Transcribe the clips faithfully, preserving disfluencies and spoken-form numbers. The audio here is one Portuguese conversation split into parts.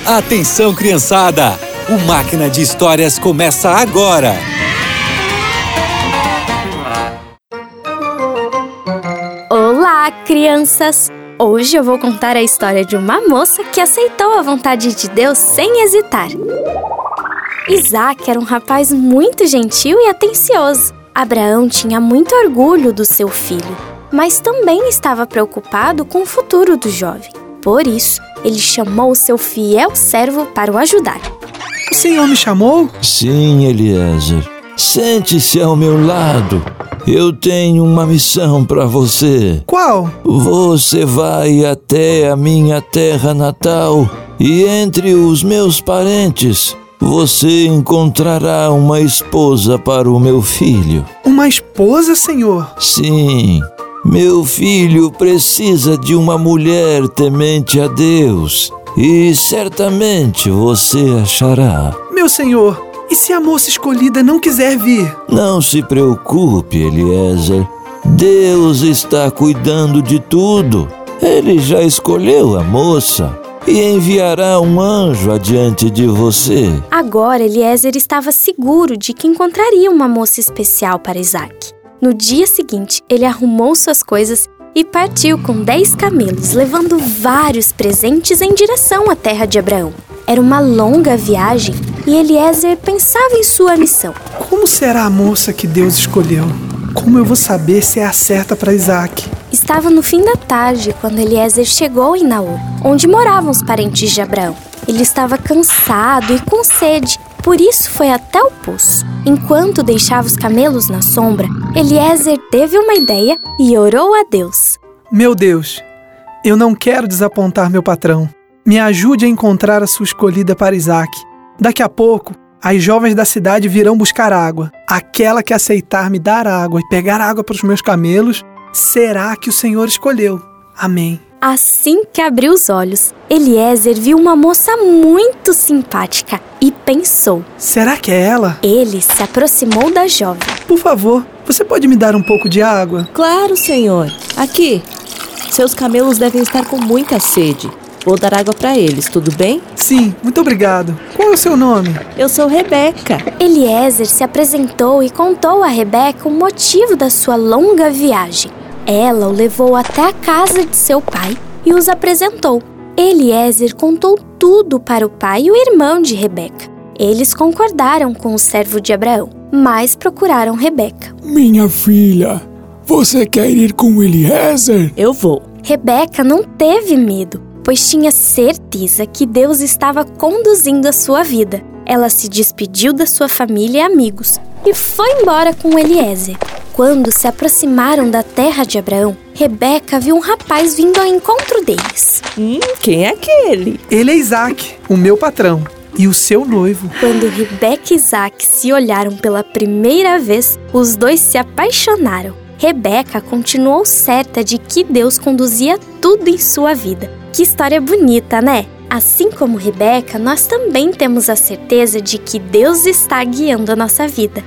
Atenção, criançada! O Máquina de Histórias começa agora! Olá, crianças! Hoje eu vou contar a história de uma moça que aceitou a vontade de Deus sem hesitar. Isaac era um rapaz muito gentil e atencioso. Abraão tinha muito orgulho do seu filho, mas também estava preocupado com o futuro do jovem. Por isso, ele chamou o seu fiel servo para o ajudar. O senhor me chamou? Sim, Eliezer. Sente-se ao meu lado. Eu tenho uma missão para você. Qual? Você vai até a minha terra natal e entre os meus parentes você encontrará uma esposa para o meu filho. Uma esposa, senhor? Sim. Meu filho precisa de uma mulher temente a Deus e certamente você achará. Meu senhor, e se a moça escolhida não quiser vir? Não se preocupe, Eliezer. Deus está cuidando de tudo. Ele já escolheu a moça e enviará um anjo adiante de você. Agora, Eliezer estava seguro de que encontraria uma moça especial para Isaac. No dia seguinte, ele arrumou suas coisas e partiu com dez camelos, levando vários presentes em direção à terra de Abraão. Era uma longa viagem e Eliezer pensava em sua missão. Como será a moça que Deus escolheu? Como eu vou saber se é a certa para Isaac? Estava no fim da tarde quando Eliezer chegou em Naor, onde moravam os parentes de Abraão. Ele estava cansado e com sede, por isso foi até o poço. Enquanto deixava os camelos na sombra, Eliezer teve uma ideia e orou a Deus. Meu Deus, eu não quero desapontar meu patrão. Me ajude a encontrar a sua escolhida para Isaac. Daqui a pouco, as jovens da cidade virão buscar água. Aquela que aceitar me dar água e pegar água para os meus camelos, será que o Senhor escolheu. Amém. Assim que abriu os olhos, Eliezer viu uma moça muito simpática e pensou: será que é ela? Ele se aproximou da jovem. Por favor, você pode me dar um pouco de água? Claro, senhor. Aqui. Seus camelos devem estar com muita sede. Vou dar água para eles, tudo bem? Sim, muito obrigado. Qual é o seu nome? Eu sou Rebeca. Eliezer se apresentou e contou a Rebeca o motivo da sua longa viagem. Ela o levou até a casa de seu pai e os apresentou. Eliezer contou tudo para o pai e o irmão de Rebeca. Eles concordaram com o servo de Abraão, mas procuraram Rebeca. Minha filha, você quer ir com Eliezer? Eu vou. Rebeca não teve medo, pois tinha certeza que Deus estava conduzindo a sua vida. Ela se despediu da sua família e amigos e foi embora com Eliezer. Quando se aproximaram da terra de Abraão, Rebeca viu um rapaz vindo ao encontro deles. Hum, quem é aquele? Ele é Isaac, o meu patrão, e o seu noivo. Quando Rebeca e Isaac se olharam pela primeira vez, os dois se apaixonaram. Rebeca continuou certa de que Deus conduzia tudo em sua vida. Que história bonita, né? Assim como Rebeca, nós também temos a certeza de que Deus está guiando a nossa vida.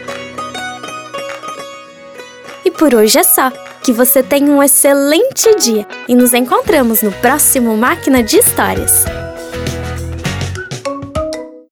E por hoje é só. Que você tenha um excelente dia e nos encontramos no próximo Máquina de Histórias.